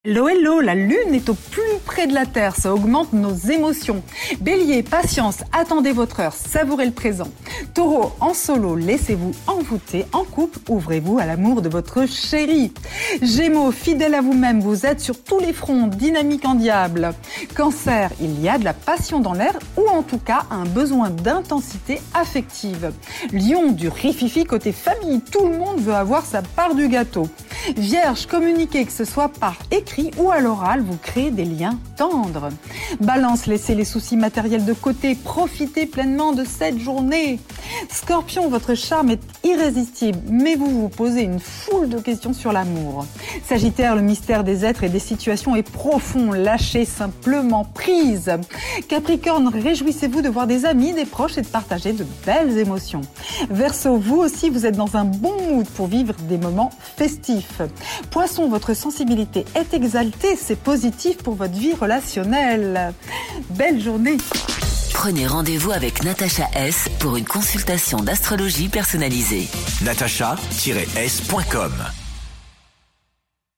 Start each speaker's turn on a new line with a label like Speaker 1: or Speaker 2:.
Speaker 1: Hello, hello, la Lune est au plus près de la Terre, ça augmente nos émotions. Bélier, patience, attendez votre heure, savourez le présent. Taureau, en solo, laissez-vous envoûter. En couple, ouvrez-vous à l'amour de votre chéri. Gémeaux, fidèle à vous-même, vous êtes sur tous les fronts, dynamique en diable. Cancer, il y a de la passion dans l'air ou en tout cas un besoin d'intensité affective. Lion, du rififi côté famille, tout le monde veut avoir sa part du gâteau. Vierge, communiquez, que ce soit par écrit ou à l'oral, vous créez des liens tendres. Balance, laissez les soucis matériels de côté, profitez pleinement de cette journée. Scorpion, votre charme est irrésistible, mais vous vous posez une foule de questions sur l'amour. Sagittaire, le mystère des êtres et des situations est profond, lâchez simplement prise. Capricorne, réjouissez-vous de voir des amis, des proches et de partager de belles émotions. Verseau, vous aussi, vous êtes dans un bon mood pour vivre des moments festifs. Poisson, votre sensibilité est exaltée, c'est positif pour votre vie relationnelle. Belle journée.
Speaker 2: Prenez rendez-vous avec Natacha S pour une consultation d'astrologie personnalisée.
Speaker 3: natacha-s.com